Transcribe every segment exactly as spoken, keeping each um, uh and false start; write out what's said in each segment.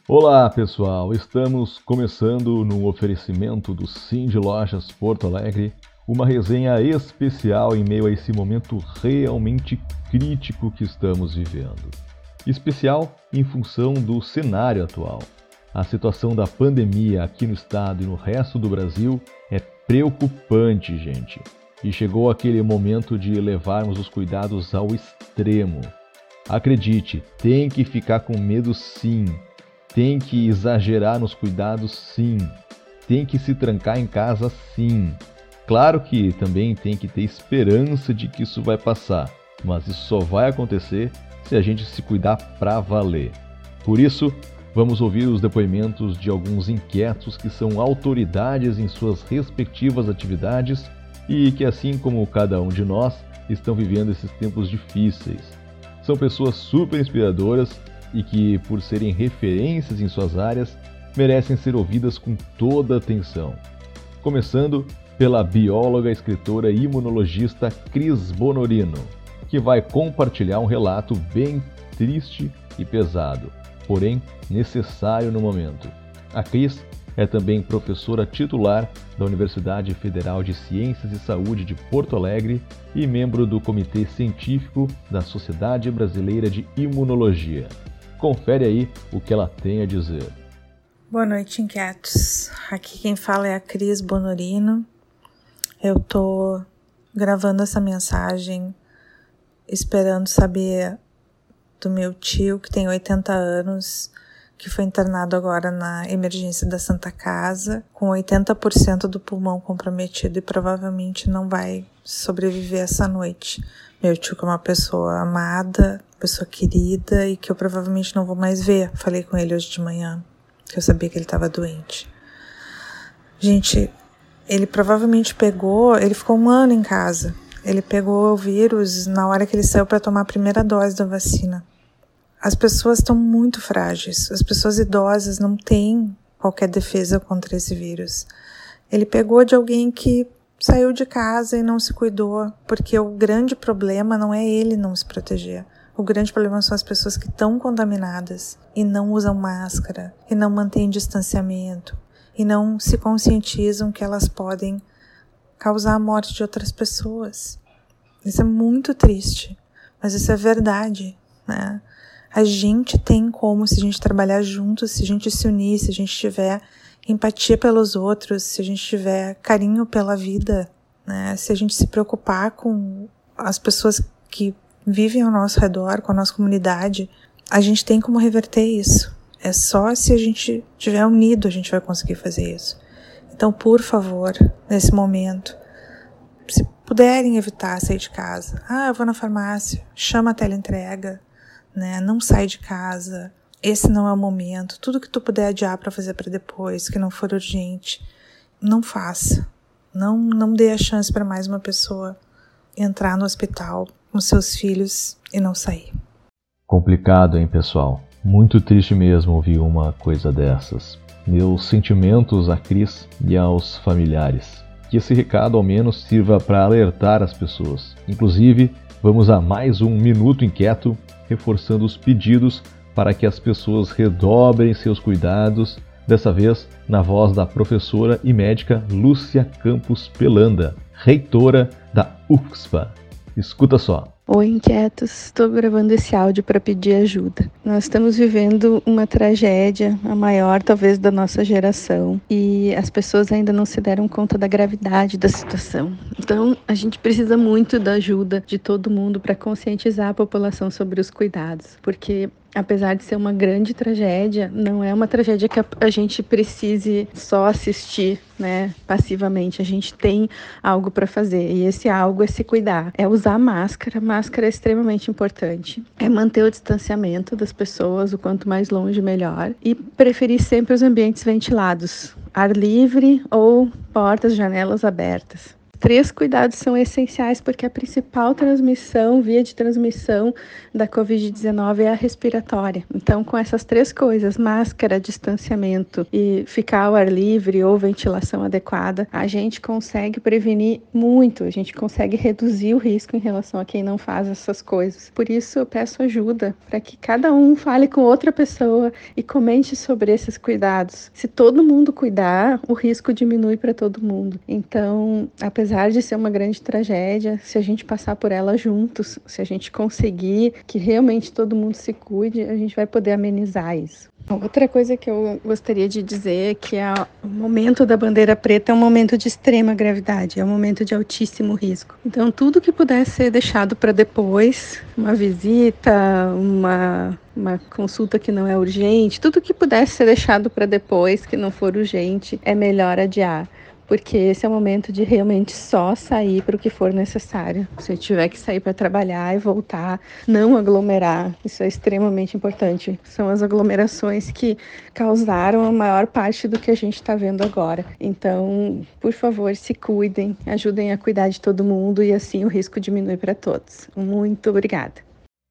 Olá pessoal, estamos começando no oferecimento do Cindy Lojas Porto Alegre, uma resenha especial em meio a esse momento realmente crítico que estamos vivendo. Especial em função do cenário atual. A situação da pandemia aqui no estado e no resto do Brasil é preocupante, gente. E chegou aquele momento de levarmos os cuidados ao extremo. Acredite, tem que ficar com medo sim. Tem que exagerar nos cuidados sim, tem que se trancar em casa sim. Claro que também tem que ter esperança de que isso vai passar, mas isso só vai acontecer se a gente se cuidar pra valer. Por isso, vamos ouvir os depoimentos de alguns inquietos que são autoridades em suas respectivas atividades e que, assim como cada um de nós, estão vivendo esses tempos difíceis. São pessoas super inspiradoras e que, por serem referências em suas áreas, merecem ser ouvidas com toda atenção. Começando pela bióloga, escritora e imunologista Cris Bonorino, que vai compartilhar um relato bem triste e pesado, porém necessário no momento. A Cris é também professora titular da Universidade Federal de Ciências e Saúde de Porto Alegre e membro do Comitê Científico da Sociedade Brasileira de Imunologia. Confere aí o que ela tem a dizer. Boa noite, inquietos. Aqui quem fala é a Cris Bonorino. Eu tô gravando essa mensagem esperando saber do meu tio, que tem oitenta anos, que foi internado agora na emergência da Santa Casa, com oitenta por cento do pulmão comprometido e provavelmente não vai sobreviver essa noite. Meu tio que é uma pessoa amada, pessoa querida e que eu provavelmente não vou mais ver. Falei com ele hoje de manhã, que eu sabia que ele estava doente. Gente, ele provavelmente pegou, ele ficou um ano em casa. Ele pegou o vírus na hora que ele saiu para tomar a primeira dose da vacina. As pessoas estão muito frágeis. As pessoas idosas não têm qualquer defesa contra esse vírus. Ele pegou de alguém que saiu de casa e não se cuidou, porque o grande problema não é ele não se proteger. O grande problema são as pessoas que estão contaminadas e não usam máscara, e não mantêm distanciamento, e não se conscientizam que elas podem causar a morte de outras pessoas. Isso é muito triste, mas isso é verdade, né? A gente tem como, se a gente trabalhar juntos, se a gente se unir, se a gente tiver empatia pelos outros, se a gente tiver carinho pela vida, né? Se a gente se preocupar com as pessoas que vivem ao nosso redor, com a nossa comunidade, a gente tem como reverter isso. É só se a gente estiver unido a gente vai conseguir fazer isso. Então, por favor, nesse momento, se puderem evitar sair de casa, ah, eu vou na farmácia, chama a teleentrega, né? Não sai de casa. Esse não é o momento. Tudo que tu puder adiar para fazer para depois, que não for urgente, não faça. Não, não dê a chance para mais uma pessoa entrar no hospital com seus filhos e não sair. Complicado, hein, pessoal? Muito triste mesmo ouvir uma coisa dessas. Meus sentimentos à Cris e aos familiares. Que esse recado ao menos sirva para alertar as pessoas. Inclusive, vamos a mais um Minuto Inquieto, reforçando os pedidos para que as pessoas redobrem seus cuidados, dessa vez na voz da professora e médica Lúcia Campos Pelanda, reitora da U F S P A. Escuta só. Oi, inquietos, estou gravando esse áudio para pedir ajuda. Nós estamos vivendo uma tragédia, a maior talvez da nossa geração, e as pessoas ainda não se deram conta da gravidade da situação. Então, a gente precisa muito da ajuda de todo mundo para conscientizar a população sobre os cuidados, porque apesar de ser uma grande tragédia, não é uma tragédia que a, a gente precise só assistir, né, passivamente. A gente tem algo para fazer, e esse algo é se cuidar, é usar máscara. Máscara é extremamente importante, é manter o distanciamento das pessoas o quanto mais longe melhor, e preferir sempre os ambientes ventilados, ar livre ou portas, janelas abertas. três cuidados são essenciais, porque a principal transmissão, via de transmissão da covid dezenove é a respiratória. Então, com essas três coisas, máscara, distanciamento e ficar ao ar livre ou ventilação adequada, a gente consegue prevenir muito, a gente consegue reduzir o risco em relação a quem não faz essas coisas. Por isso, eu peço ajuda para que cada um fale com outra pessoa e comente sobre esses cuidados. Se todo mundo cuidar, o risco diminui para todo mundo. Então, apesar de ser uma grande tragédia, se a gente passar por ela juntos, se a gente conseguir que realmente todo mundo se cuide, a gente vai poder amenizar isso. Outra coisa que eu gostaria de dizer é que o momento da bandeira preta é um momento de extrema gravidade, é um momento de altíssimo risco. Então, tudo que puder ser deixado para depois, uma visita, uma, uma consulta que não é urgente, tudo que puder ser deixado para depois, que não for urgente, é melhor adiar. Porque esse é o momento de realmente só sair para o que for necessário. Se eu tiver que sair para trabalhar e voltar, não aglomerar, isso é extremamente importante. São as aglomerações que causaram a maior parte do que a gente está vendo agora. Então, por favor, se cuidem, ajudem a cuidar de todo mundo e assim o risco diminui para todos. Muito obrigada.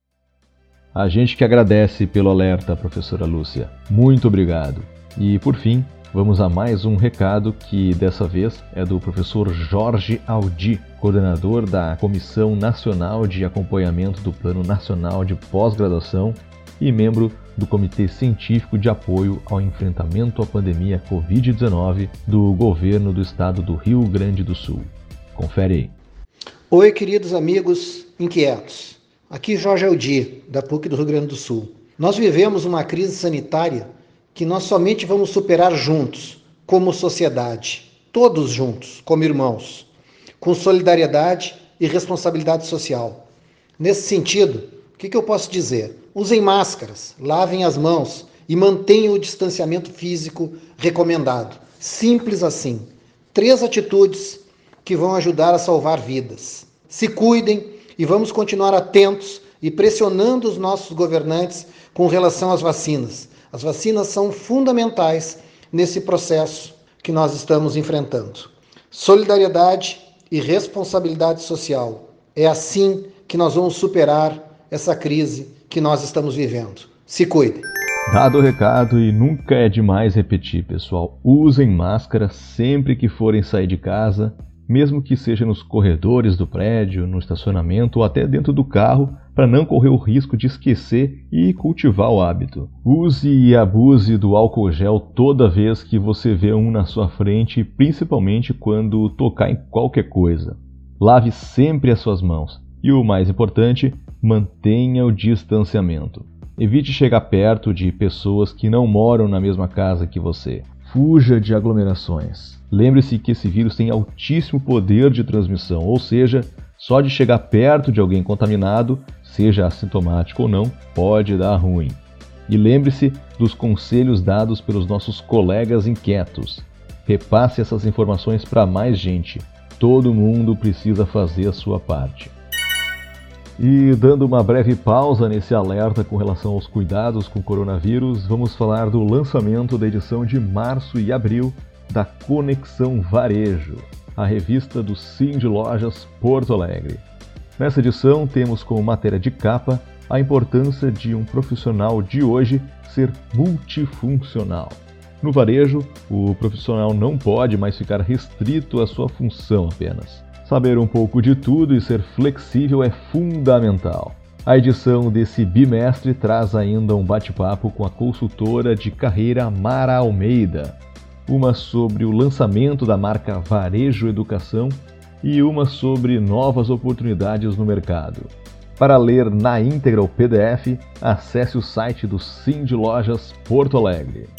A gente que agradece pelo alerta, professora Lúcia. Muito obrigado. E, por fim, vamos a mais um recado que dessa vez é do professor Jorge Aldi, coordenador da Comissão Nacional de Acompanhamento do Plano Nacional de Pós-Graduação e membro do Comitê Científico de Apoio ao Enfrentamento à Pandemia covid dezenove do Governo do Estado do Rio Grande do Sul. Confere aí. Oi, queridos amigos inquietos. Aqui Jorge Aldi, da P U C do Rio Grande do Sul. Nós vivemos uma crise sanitária que nós somente vamos superar juntos, como sociedade, todos juntos, como irmãos, com solidariedade e responsabilidade social. Nesse sentido, o que, que eu posso dizer? Usem máscaras, lavem as mãos e mantenham o distanciamento físico recomendado. Simples assim. Três atitudes que vão ajudar a salvar vidas. Se cuidem e vamos continuar atentos e pressionando os nossos governantes com relação às vacinas. As vacinas são fundamentais nesse processo que nós estamos enfrentando. Solidariedade e responsabilidade social. É assim que nós vamos superar essa crise que nós estamos vivendo. Se cuidem. Dado o recado, e nunca é demais repetir, pessoal, usem máscara sempre que forem sair de casa, mesmo que seja nos corredores do prédio, no estacionamento ou até dentro do carro, para não correr o risco de esquecer e cultivar o hábito. Use e abuse do álcool gel toda vez que você vê um na sua frente, principalmente quando tocar em qualquer coisa. Lave sempre as suas mãos e, o mais importante, mantenha o distanciamento. Evite chegar perto de pessoas que não moram na mesma casa que você. Fuja de aglomerações. Lembre-se que esse vírus tem altíssimo poder de transmissão, ou seja, só de chegar perto de alguém contaminado, seja assintomático ou não, pode dar ruim. E lembre-se dos conselhos dados pelos nossos colegas inquietos. Repasse essas informações para mais gente. Todo mundo precisa fazer a sua parte. E dando uma breve pausa nesse alerta com relação aos cuidados com o coronavírus, vamos falar do lançamento da edição de março e abril da Conexão Varejo, a revista do Cindy Lojas Porto Alegre. Nessa edição temos como matéria de capa a importância de um profissional de hoje ser multifuncional. No varejo, o profissional não pode mais ficar restrito à sua função apenas. Saber um pouco de tudo e ser flexível é fundamental. A edição desse bimestre traz ainda um bate-papo com a consultora de carreira Mara Almeida, uma sobre o lançamento da marca Varejo Educação e uma sobre novas oportunidades no mercado. Para ler na íntegra o P D F, acesse o site do Cindy Lojas Porto Alegre.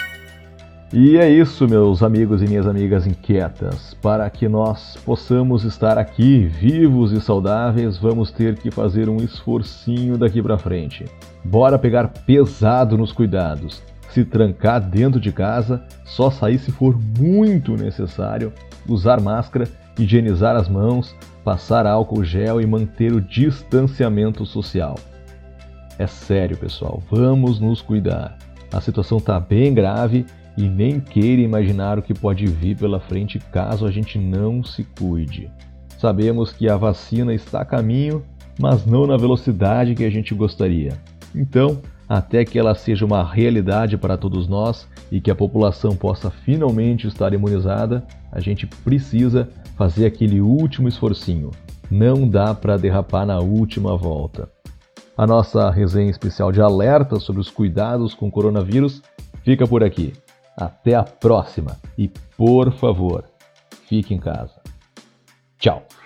E é isso, meus amigos e minhas amigas inquietas. Para que nós possamos estar aqui vivos e saudáveis, vamos ter que fazer um esforcinho daqui para frente. Bora pegar pesado nos cuidados. Se trancar dentro de casa, só sair se for muito necessário, usar máscara, higienizar as mãos, passar álcool gel e manter o distanciamento social. É sério, pessoal, vamos nos cuidar. A situação está bem grave e nem queira imaginar o que pode vir pela frente caso a gente não se cuide. Sabemos que a vacina está a caminho, mas não na velocidade que a gente gostaria. Então, até que ela seja uma realidade para todos nós e que a população possa finalmente estar imunizada, a gente precisa fazer aquele último esforcinho. Não dá para derrapar na última volta. A nossa resenha especial de alerta sobre os cuidados com o coronavírus fica por aqui. Até a próxima e, por favor, fique em casa. Tchau!